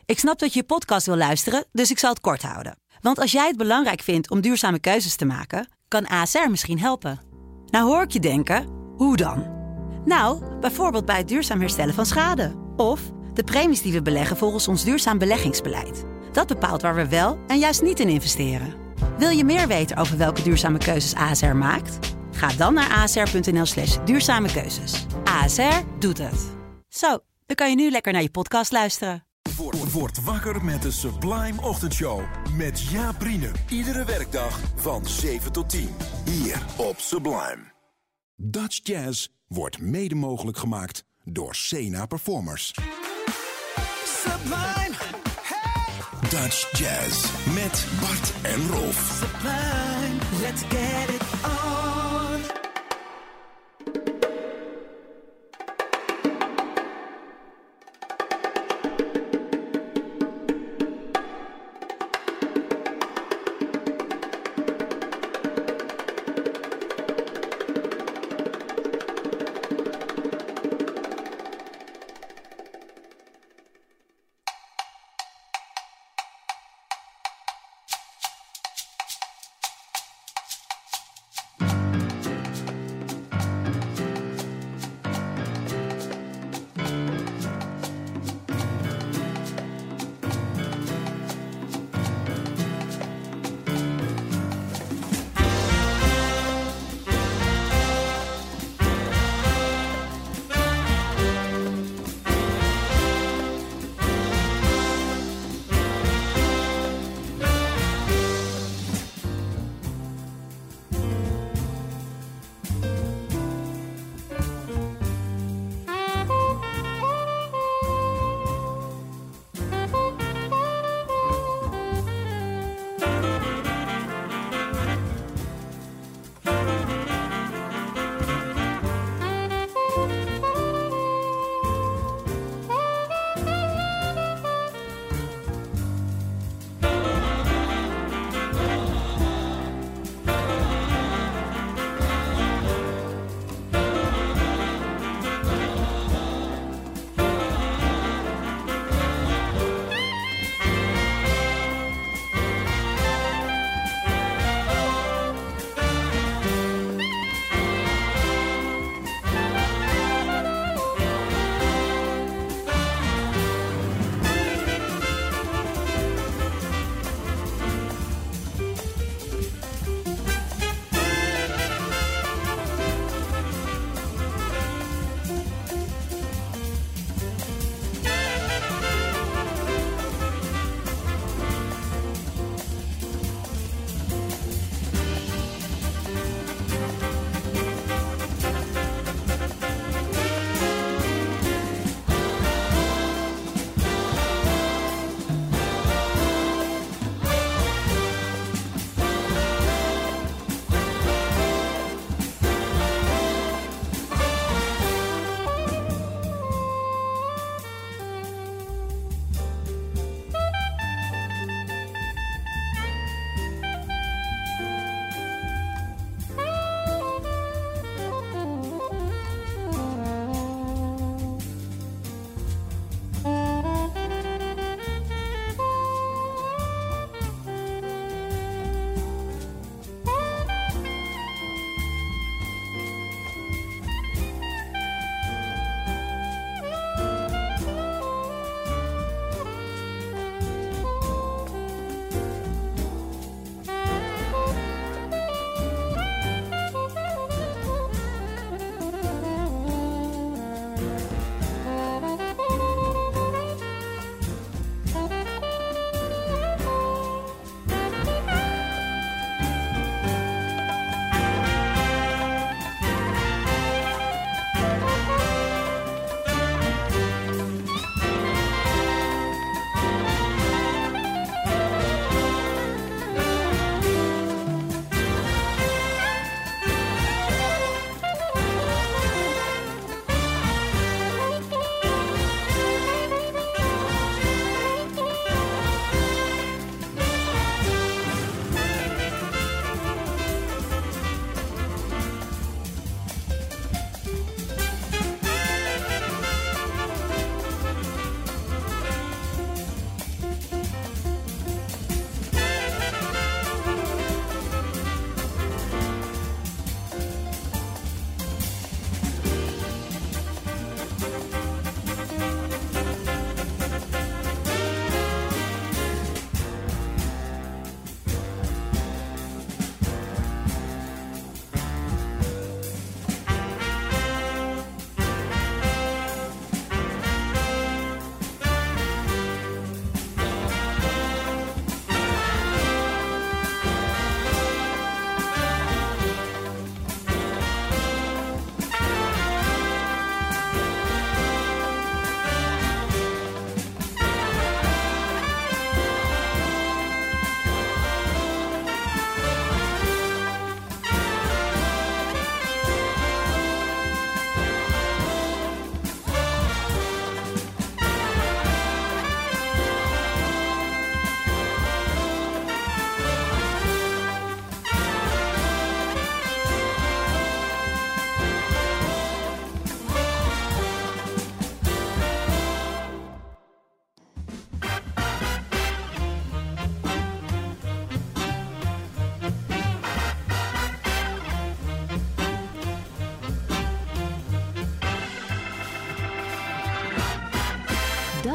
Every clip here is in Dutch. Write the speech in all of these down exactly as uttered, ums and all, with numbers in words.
Ik snap dat je je podcast wil luisteren, dus ik zal het kort houden. Want als jij het belangrijk vindt om duurzame keuzes te maken, kan A S R misschien helpen. Nou hoor ik je denken, hoe dan? Nou, bijvoorbeeld bij het duurzaam herstellen van schade. Of de premies die we beleggen volgens ons duurzaam beleggingsbeleid. Dat bepaalt waar we wel en juist niet in investeren. Wil je meer weten over welke duurzame keuzes A S R maakt? Ga dan naar asr.nl slash duurzame keuzes. A S R doet het. Zo, dan kan je nu lekker naar je podcast luisteren. Word, word wakker met de Sublime Ochtendshow. Met Jaap Brienen. Iedere werkdag van zeven tot tien. Hier op Sublime. Dutch Jazz wordt mede mogelijk gemaakt door Sena Performers. Sublime, hey! Dutch Jazz met Bart en Rolf. Sublime, let's get it on.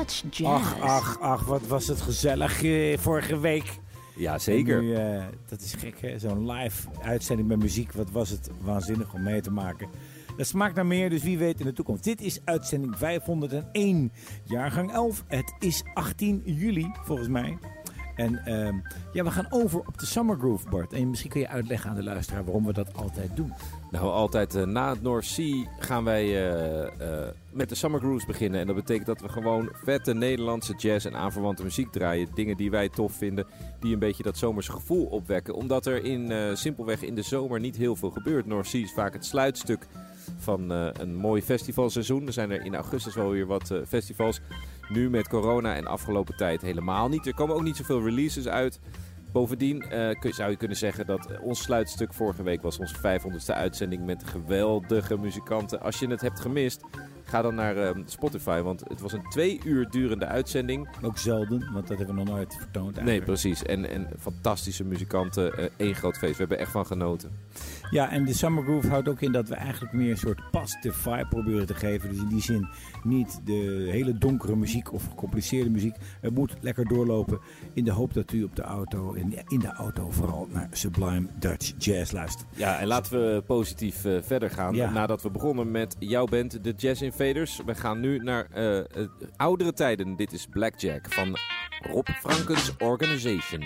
Dutch Jazz. Ach, ach, ach, wat was het gezellig uh, vorige week. Ja, zeker. Nu, uh, dat is gek, hè? Zo'n live uitzending met muziek. Wat was het waanzinnig om mee te maken. Dat smaakt naar meer, dus wie weet in de toekomst. Dit is uitzending vijfhonderdéén, jaargang elf. Het is achttien juli, volgens mij. En uh, ja, we gaan over op de Summer Groove, Bart. En misschien kun je uitleggen aan de luisteraar waarom we dat altijd doen. Nou, altijd uh, na het North Sea gaan wij uh, uh, met de Summer Grooves beginnen. En dat betekent dat we gewoon vette Nederlandse jazz en aanverwante muziek draaien. Dingen die wij tof vinden, die een beetje dat zomerse gevoel opwekken. Omdat er in, uh, simpelweg in de zomer niet heel veel gebeurt. North Sea is vaak het sluitstuk van uh, een mooi festivalseizoen. Er zijn er in augustus wel weer wat uh, festivals. Nu met corona en afgelopen tijd helemaal niet. Er komen ook niet zoveel releases uit. Bovendien uh, kun, zou je kunnen zeggen dat uh, ons sluitstuk vorige week was onze vijfhonderdste uitzending met geweldige muzikanten. Als je het hebt gemist, ga dan naar uh, Spotify, want het was een twee uur durende uitzending. Ook zelden, want dat hebben we nog nooit vertoond eigenlijk. Nee, precies. En, en fantastische muzikanten, uh, één groot feest. We hebben echt van genoten. Ja, en de Summer Groove houdt ook in dat we eigenlijk meer een soort positive vibe proberen te geven. Dus in die zin niet de hele donkere muziek of gecompliceerde muziek. Het moet lekker doorlopen in de hoop dat u op de auto, in de, in de auto vooral naar Sublime Dutch Jazz luistert. Ja, en laten we positief uh, verder gaan. Ja. Nadat we begonnen met jouw band, de Jazz Invaders. We gaan nu naar uh, uh, oudere tijden. Dit is Blackjack van Rob Frankens Organization.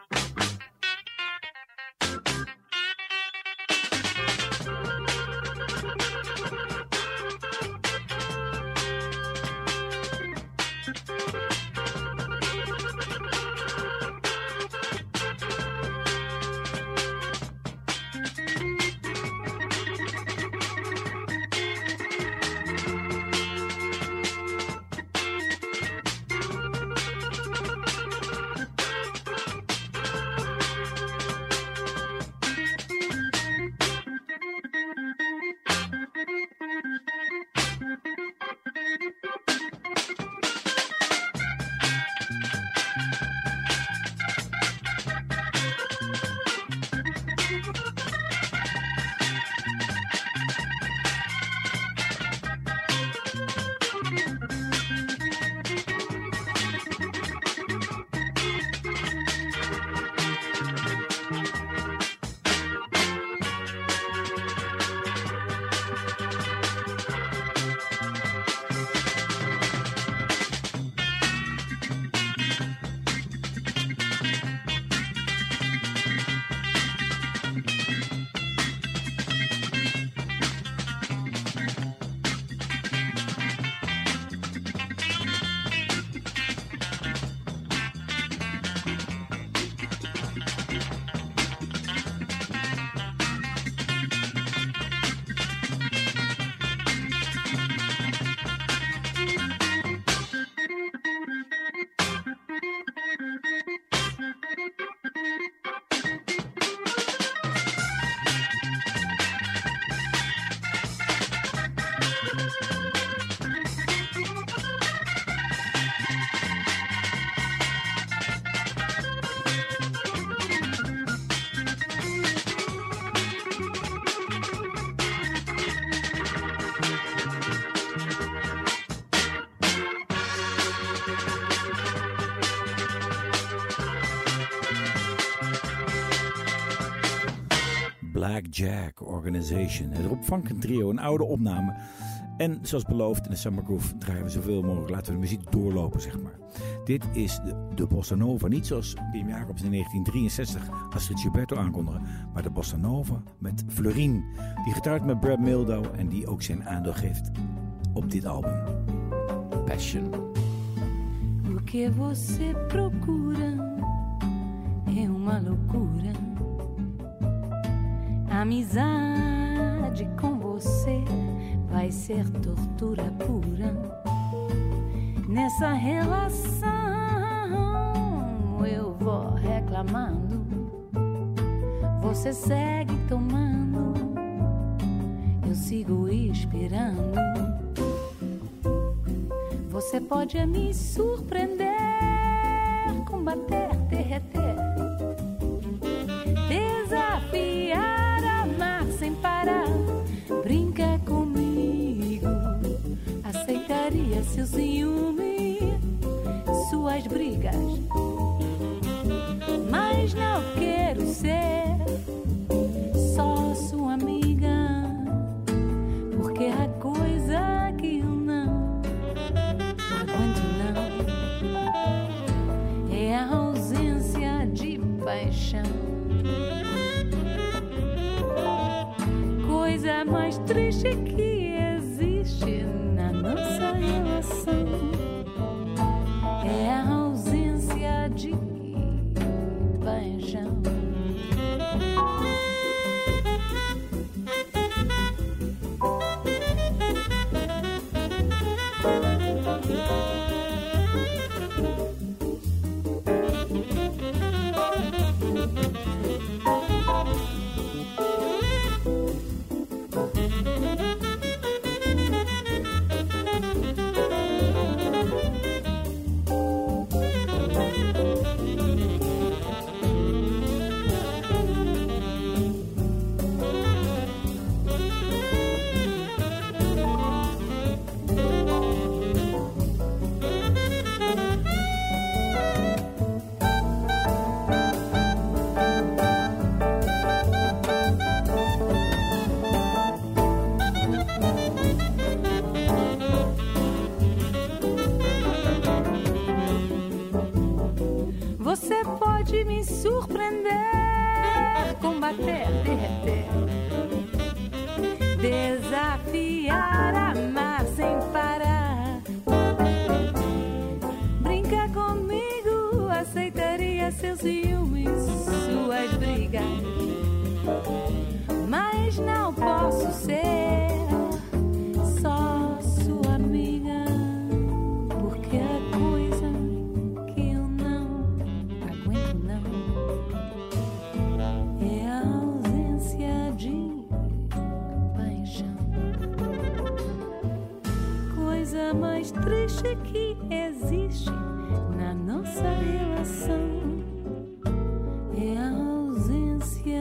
Blackjack Organization. Het Rob Franken trio, een oude opname. En zoals beloofd in de Summer Groove draaien we zoveel mogelijk. Laten we de muziek doorlopen, zeg maar. Dit is de, de Bossa Nova. Niet zoals Pim Jacobs in negentien drieënzestig Astrid Gilberto aankondigen. Maar de Bossa Nova met Florine. Die getrouwd met Brad Mehldau en die ook zijn aandeel geeft op dit album. Passion. O que você procura é uma loucura. Amizade com você vai ser tortura pura. Nessa relação eu vou reclamando. Você segue tomando, eu sigo esperando. Você pode me surpreender, combater, derreter, desafiar, amar sem parar. Brinca comigo, aceitaria seu ciúme, paixão. Coisa mais triste que existe na nossa relação é a ausência de paixão. Você pode me surpreender, combater, derreter, desafiar, amar sem parar. Brincar comigo, aceitaria seus ciúmes, suas brigas, mas não posso ser só sua amiga, porque a coisa que eu não aguento não é a ausência de paixão. Coisa mais triste que existe na nossa relação é a ausência,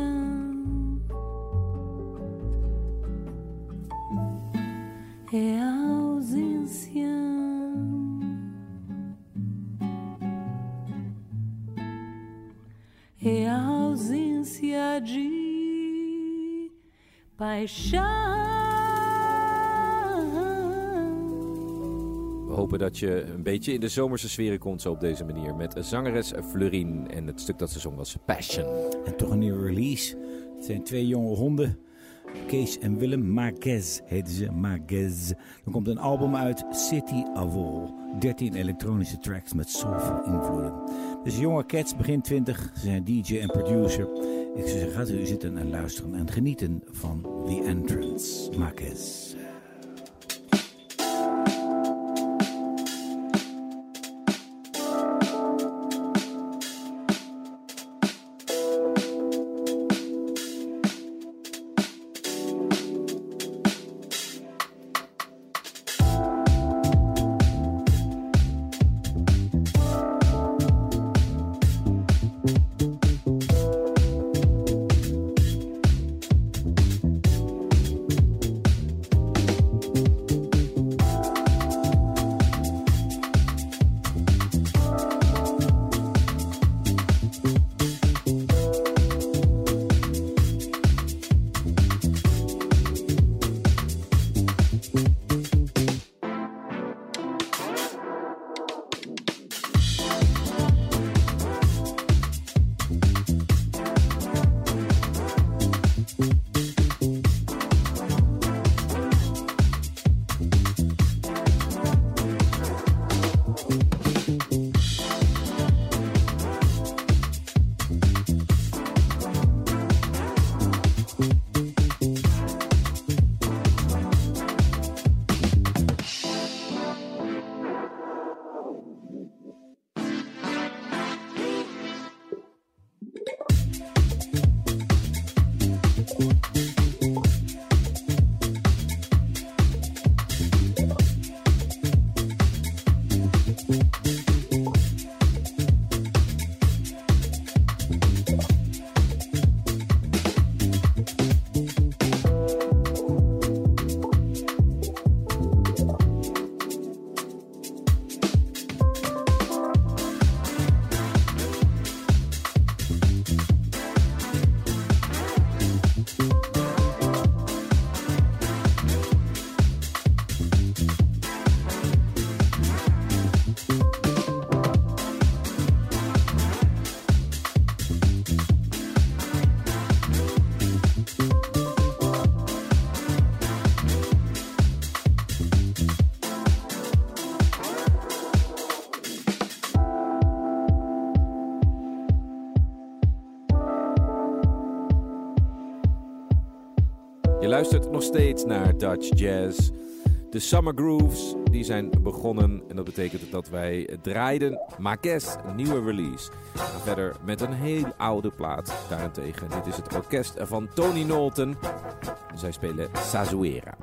é a ausência, é a ausência de paixão. We hopen dat je een beetje in de zomerse sferen komt zo op deze manier. Met zangeres Fleurine en het stuk dat ze zong was Passion. En toch een nieuwe release. Het zijn twee jonge honden. Kees en Willem. Marquez heten ze. Marquez. Er komt een album uit. City of All. dertien elektronische tracks met soulful invloeden. Dus jonge cats, begin twintig. Ze zijn D J en producer. Ik zou zeggen, gaat u zitten en luisteren en genieten van The Entrance. Marquez. Je luistert nog steeds naar Dutch Jazz. De Summer Grooves die zijn begonnen en dat betekent dat wij draaiden Marquez, een nieuwe release. We gaan verder met een heel oude plaat daarentegen. Dit is het orkest van Tony Knowlton. Zij spelen Zazuera.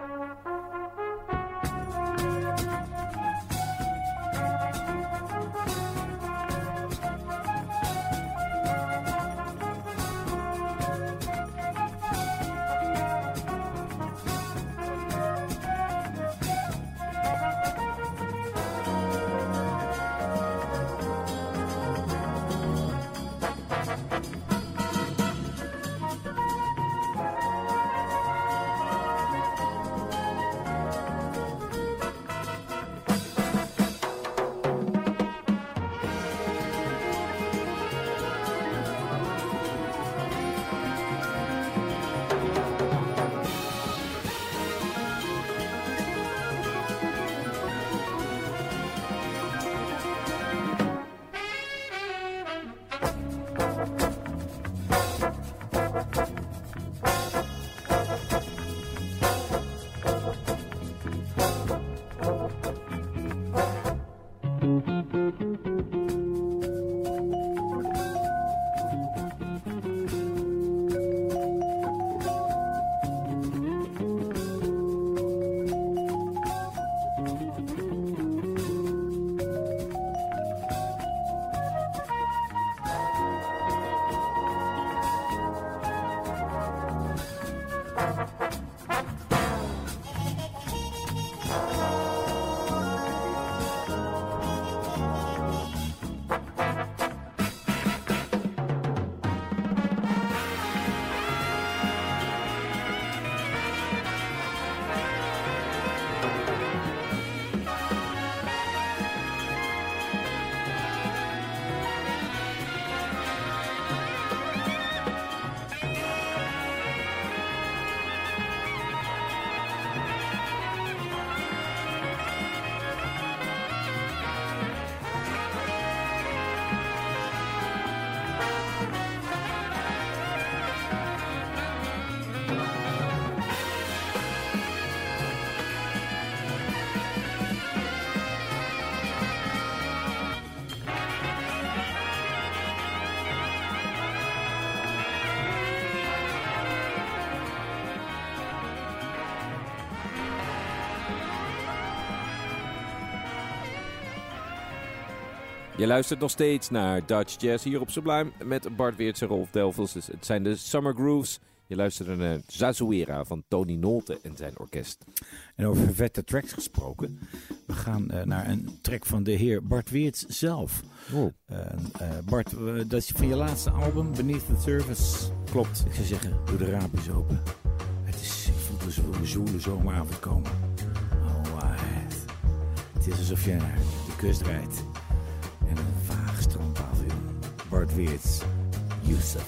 Je luistert nog steeds naar Dutch Jazz hier op Sublime met Bart Weerts en Rolf Delvels. Dus het zijn de Summer Grooves. Je luistert naar Zazuera van Tony Knowlton en zijn orkest. En over vette tracks gesproken. We gaan uh, naar een track van de heer Bart Weerts zelf. Oh. Uh, uh, Bart, uh, dat is van je laatste album, Beneath the Surface. Klopt. Ik zou zeggen, doe de raampjes open. Het is, ik voel dus een zwoele zomeravond komen. Oh, uh, het, het is alsof je naar de kust rijdt. En een vaag strandpaviljoen. Bart Weerts, Yusuf.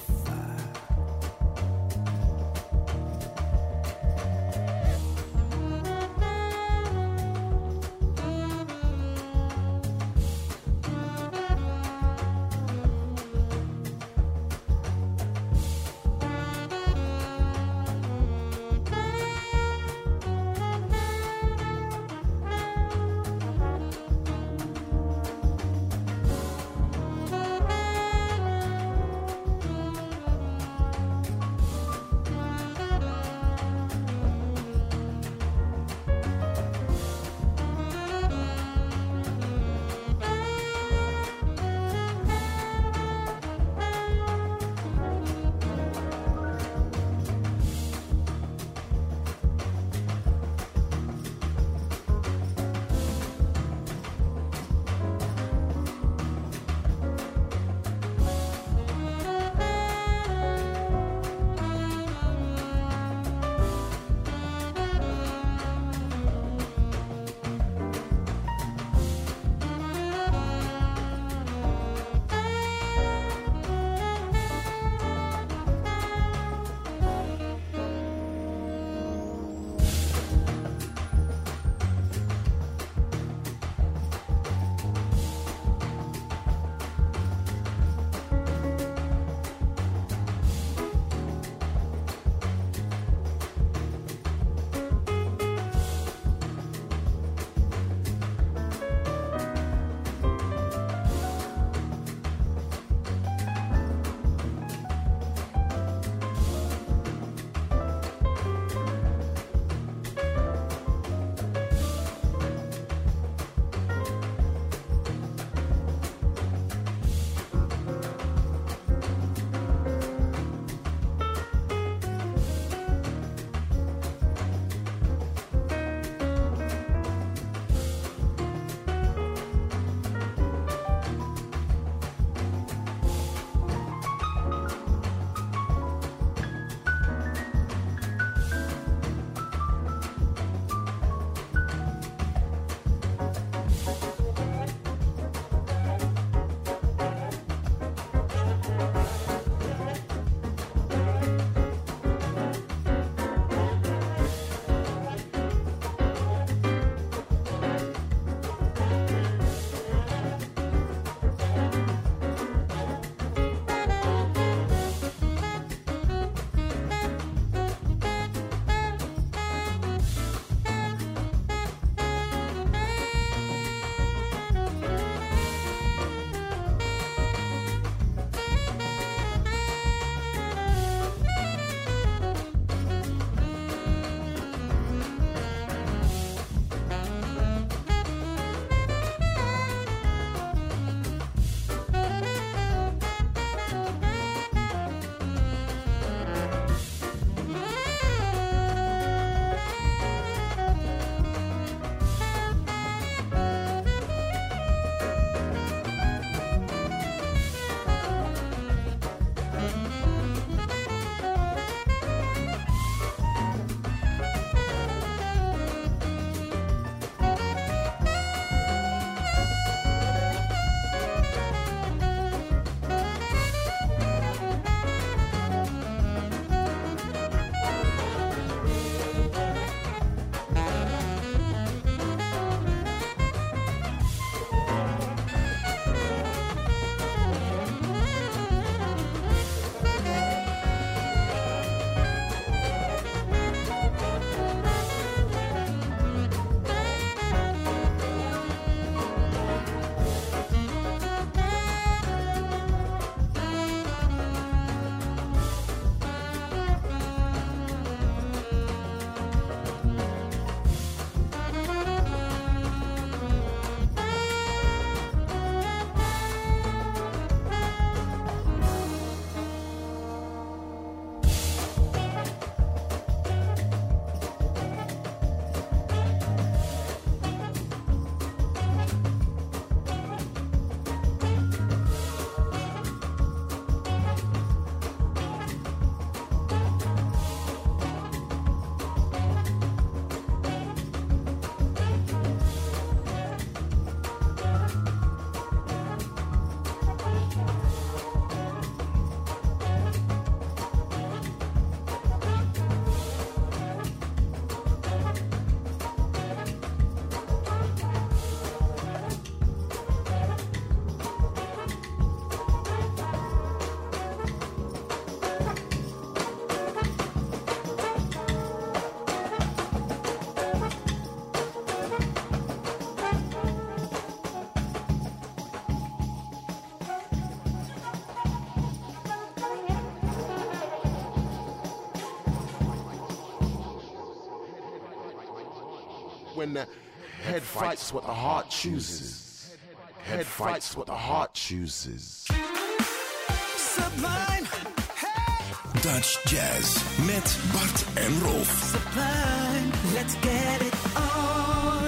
when the head fights what the heart chooses. Head fights what the heart chooses. Sublime, hey! Dutch Jazz met Bart en Rolf. Sublime, let's get it on.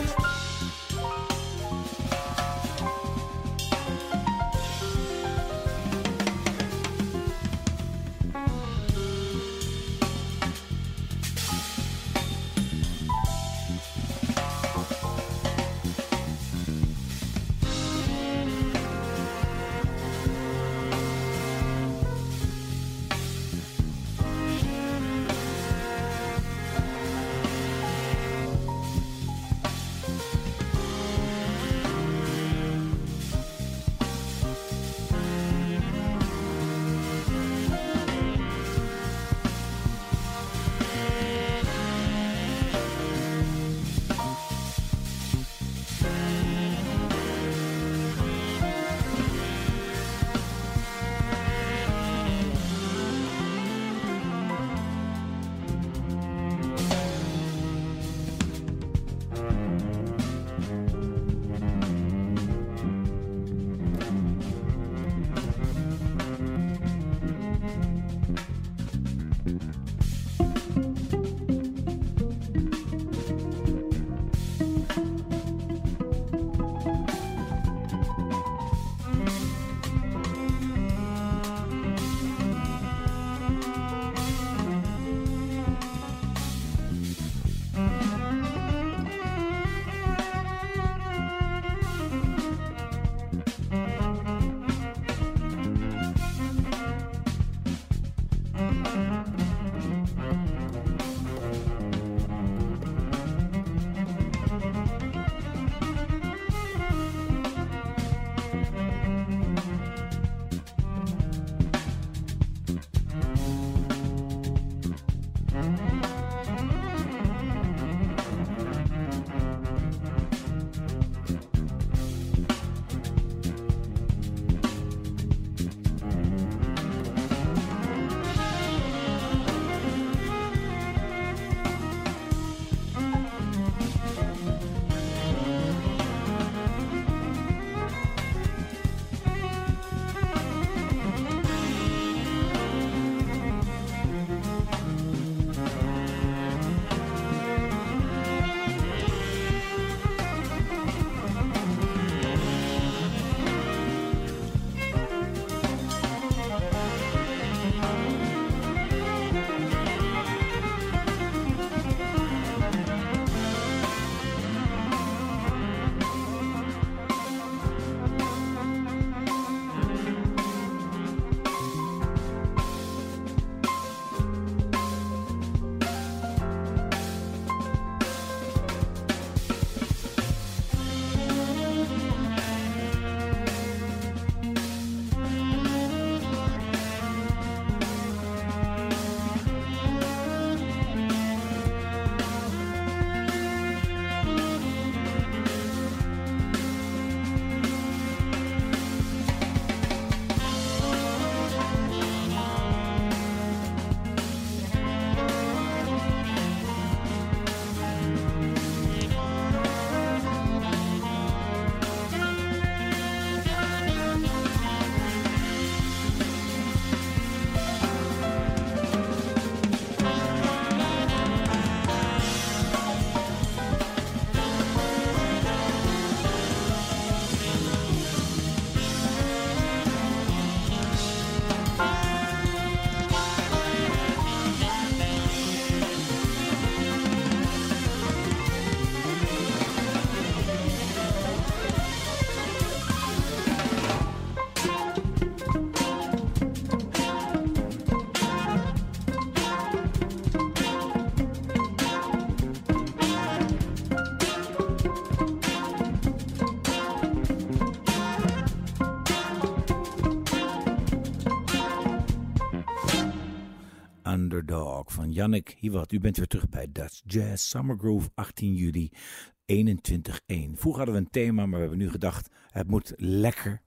Underdog van Yannick Hiwat. U bent weer terug bij Dutch Jazz Summer Groove, achttien juli eenentwintig één. Vroeger hadden we een thema, maar we hebben nu gedacht, het moet lekker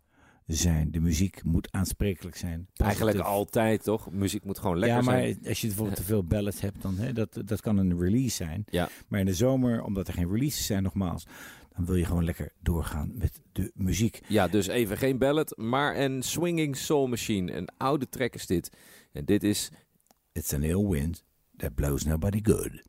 zijn. De muziek moet aansprekelijk zijn. Positive. Eigenlijk altijd, toch? Muziek moet gewoon lekker zijn. Ja, maar als je bijvoorbeeld te veel ballads hebt, dan hè, dat, dat kan een release zijn. Ja. Maar in de zomer, omdat er geen releases zijn, nogmaals, dan wil je gewoon lekker doorgaan met de muziek. Ja, dus even geen ballad, maar een swinging soul machine. Een oude track is dit. En dit is... It's an ill wind that blows nobody good.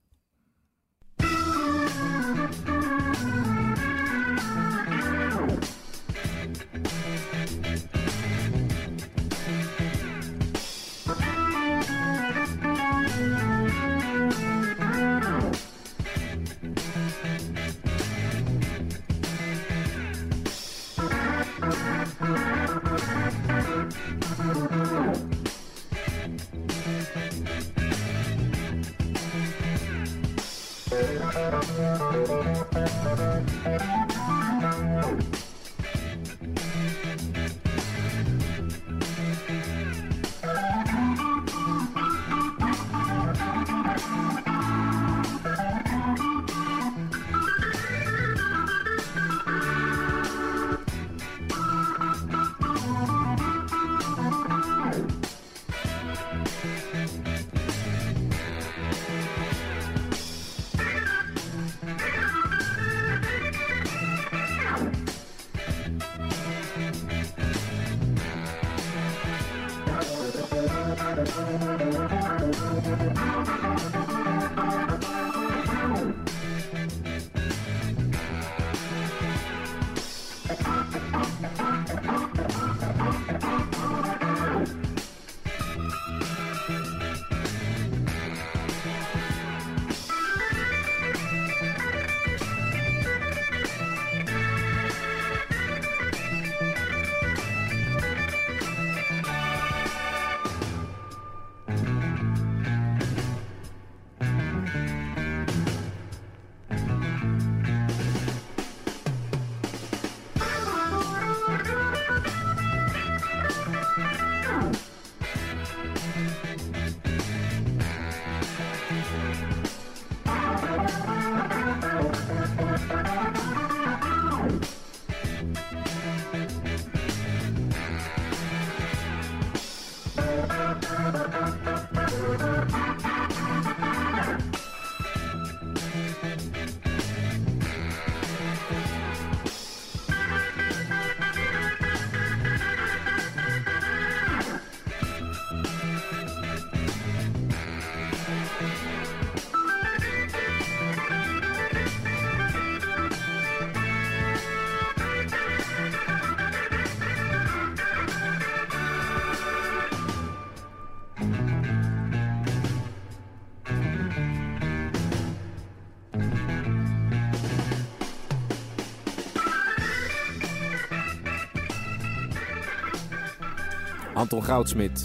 Anton Goudsmit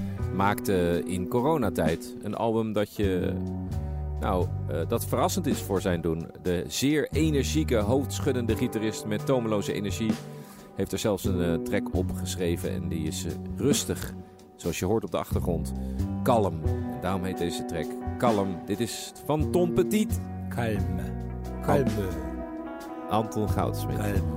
maakte in coronatijd een album dat je, nou, uh, dat verrassend is voor zijn doen. De zeer energieke, hoofdschuddende gitarist met tomeloze energie heeft er zelfs een uh, track op geschreven en die is uh, rustig, zoals je hoort op de achtergrond. Kalm. En daarom heet deze track Kalm. Dit is van Ton Petit. Kalm. Kalm. Anton Goudsmit. Kalm.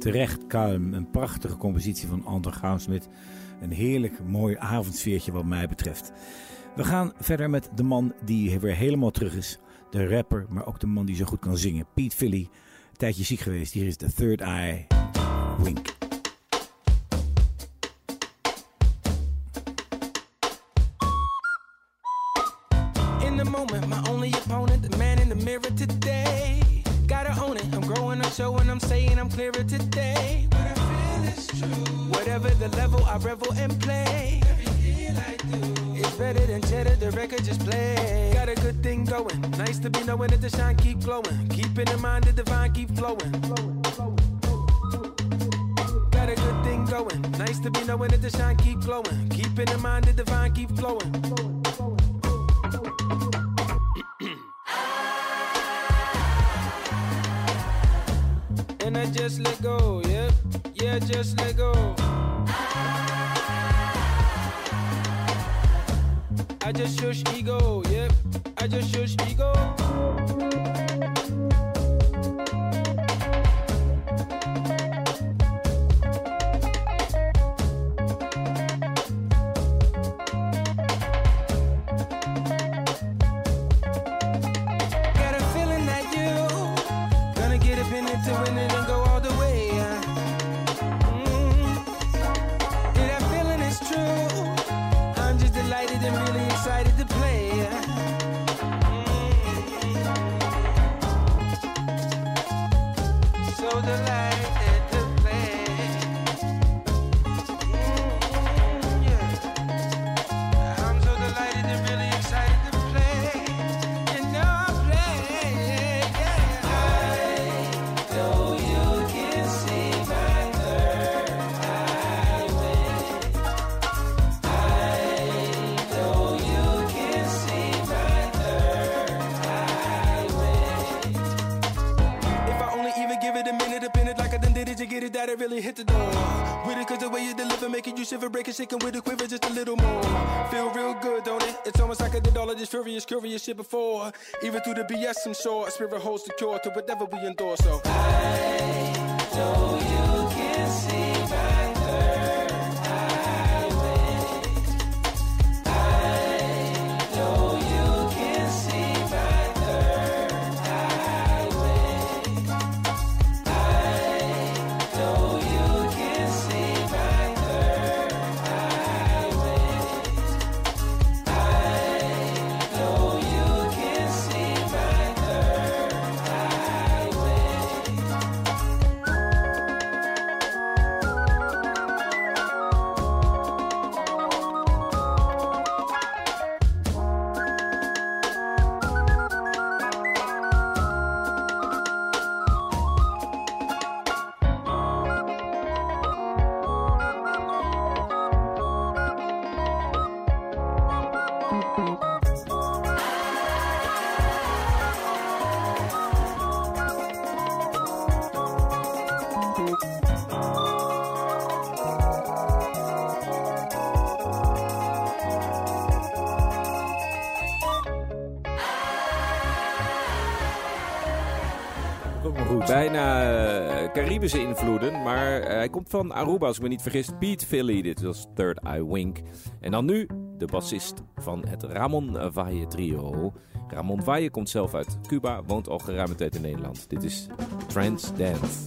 terecht kalm. Een prachtige compositie van Andor Goudsmit. Een heerlijk mooi avondsfeertje wat mij betreft. We gaan verder met de man die weer helemaal terug is. De rapper, maar ook de man die zo goed kan zingen. Pete Philly. Een tijdje ziek geweest. Hier is The Third Eye Wink. In the moment, my only opponent, the man in the mirror today. Gotta own it, I'm growing, I'm showing, I'm saying I'm clearer today. What I feel is true. Whatever the level, I revel and play. Every deal I do, it's better than cheddar, the record just play. Got a good thing going, nice to be knowing that the shine keep glowing. Keeping in mind the divine keep flowing. Got a good thing going, nice to be knowing that the shine keep glowing. Keeping in mind the divine keep flowing. And I just let go, yeah, yeah, just let go. I just shush ego, yeah, I just shush ego. Really hit the door with it, cause the way you deliver making you shiver, break it, shaking with a quiver just a little more. Feel real good, don't it? It's almost like I did all of this furious, curious shit before. Even through the B S I'm sure spirit holds the cure to whatever we endure. So I know you can see my third highway. I know you can see my third highway. Bijna uh, Caribische invloeden, maar uh, hij komt van Aruba, als ik me niet vergis. Pete Philly, dit was Third Eye Wink. En dan nu de bassist van het Ramon Valle trio. Ramon Valle komt zelf uit Cuba, woont al geruime tijd in Nederland. Dit is Trance Dance.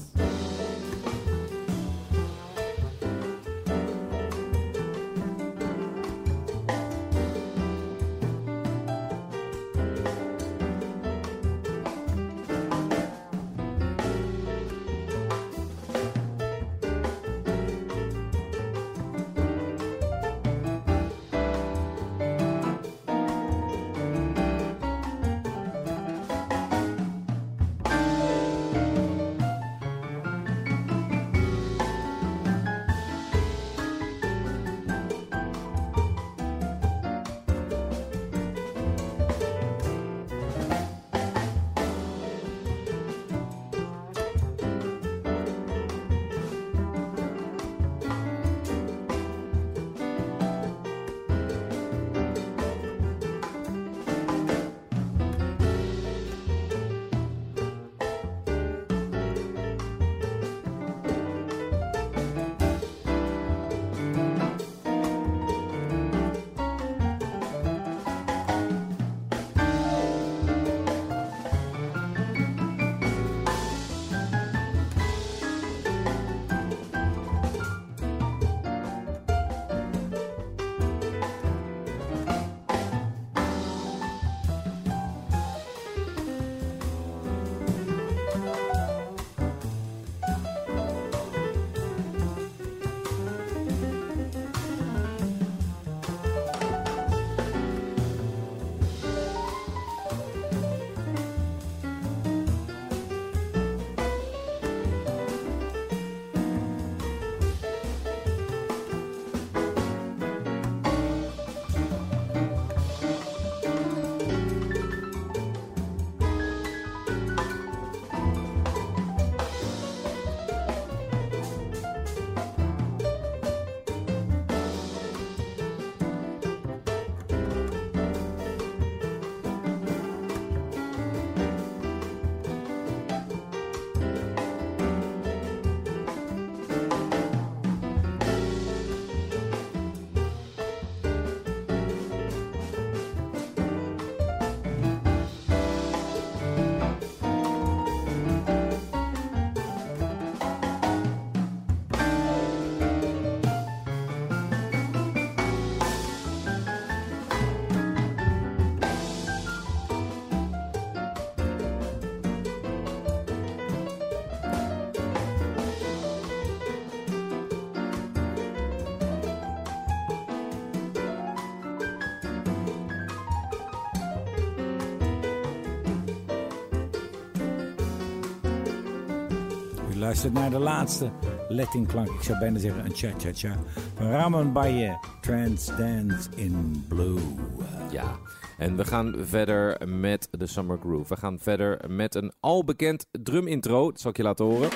luistert naar de laatste Latin-klank. Ik zou bijna zeggen een cha-cha-cha. Van Ramon Baye, Trance Dance in Blue. Ja, en we gaan verder met de Summer Groove. We gaan verder met een al bekend drum-intro. Dat zal ik je laten horen.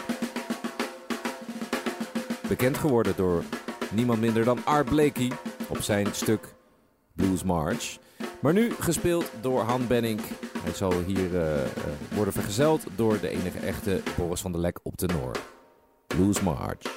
Bekend geworden door niemand minder dan Art Blakey op zijn stuk Blues March. Maar nu gespeeld door Han Benink. Hij zal hier uh, uh, worden vergezeld door de enige echte Boris van der Lek op tenor. Blues March.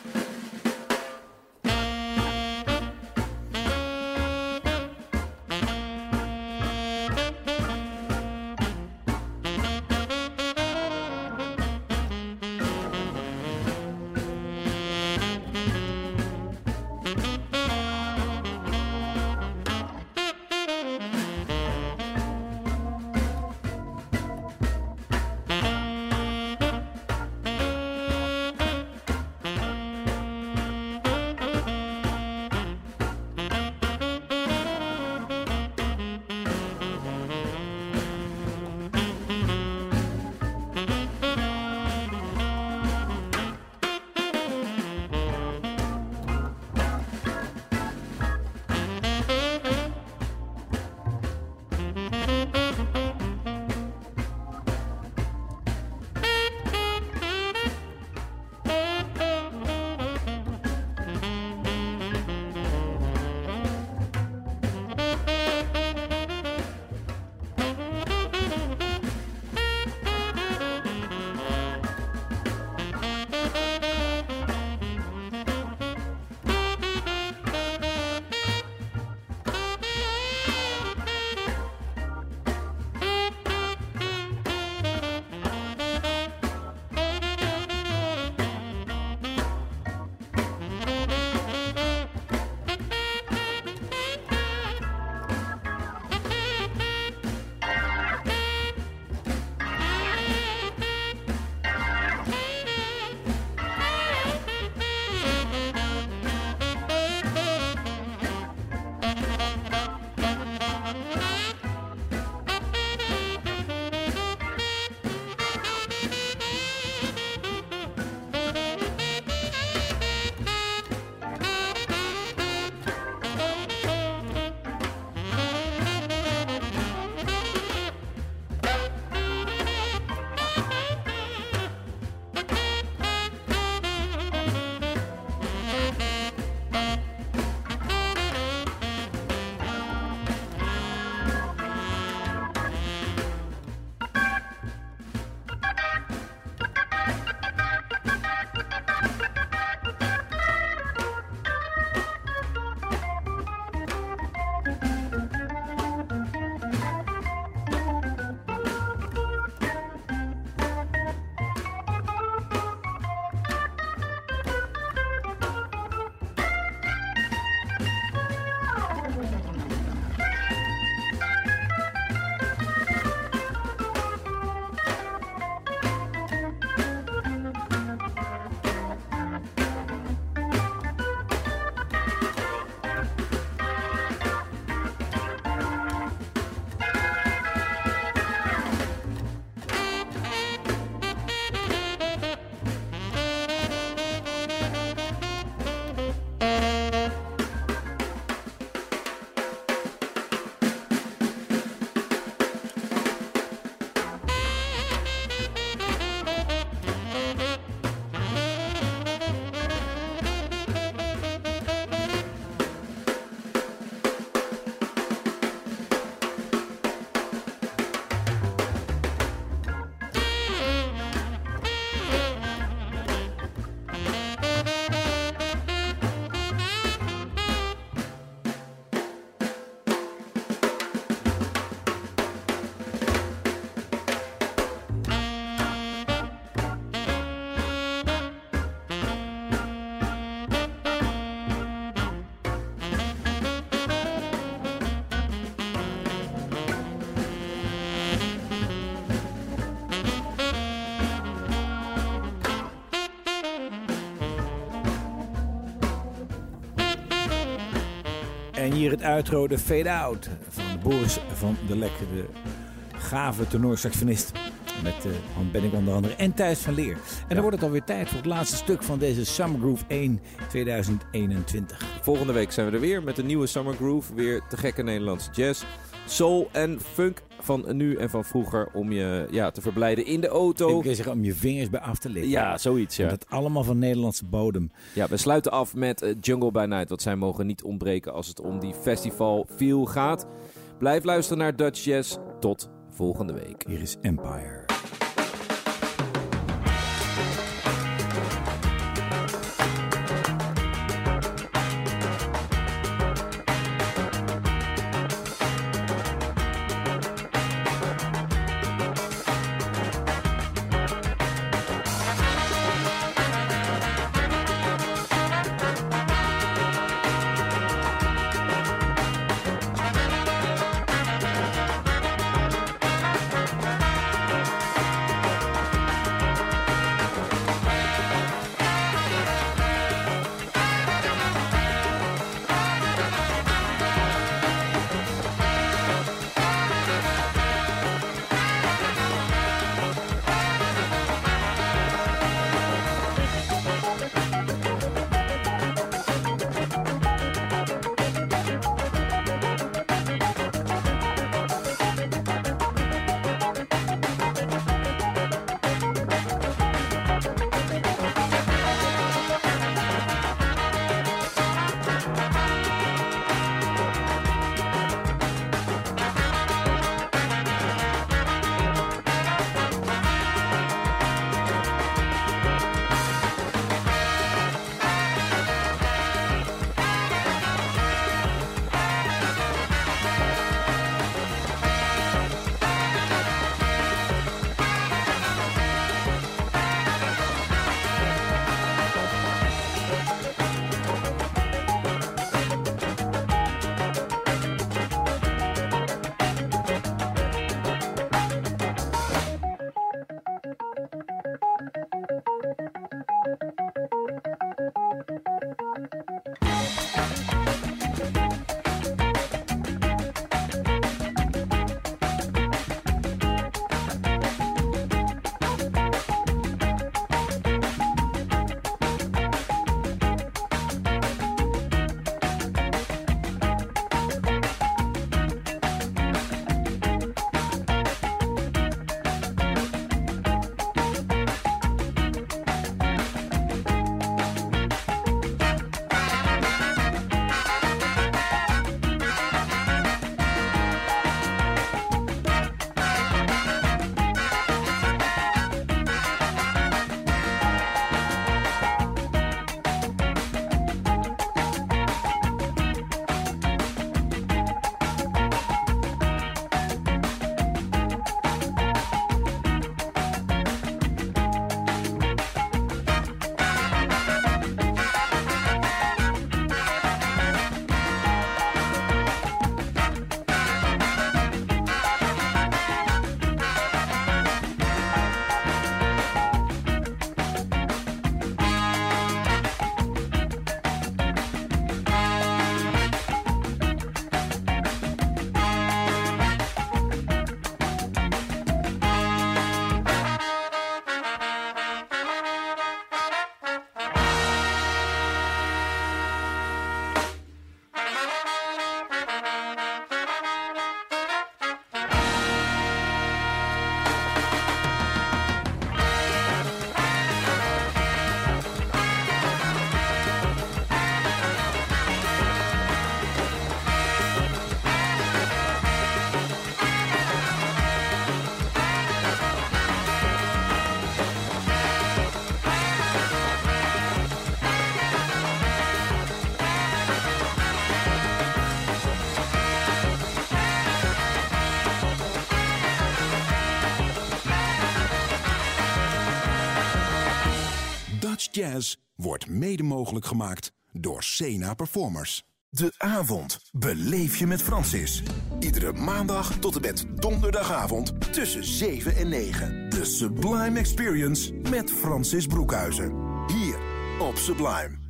En hier het outro, de Fade Out van Boris van der Lek, de gave tenorsaxofonist Met uh, Han Benning onder andere en Thijs van Leer. En ja. Dan wordt het alweer tijd voor het laatste stuk van deze Summer Groove één tweeduizend eenentwintig. Volgende week zijn we er weer met een nieuwe Summer Groove. Weer te gekke Nederlandse jazz, soul en funk van nu en van vroeger. Om je ja, te verblijden in de auto. Ik wil zeggen om je vingers bij af te likken. Ja, zoiets. Ja. En dat allemaal van Nederlandse bodem. Ja, we sluiten af met uh, Jungle by Night. Want zij mogen niet ontbreken als het om die festival feel gaat. Blijf luisteren naar Dutch Jazz. Tot volgende week. Hier is Empire. Jazz wordt mede mogelijk gemaakt door Sena Performers. De avond beleef je met Francis. Iedere maandag tot en met donderdagavond tussen zeven en negen. De Sublime Experience met Francis Broekhuizen. Hier op Sublime.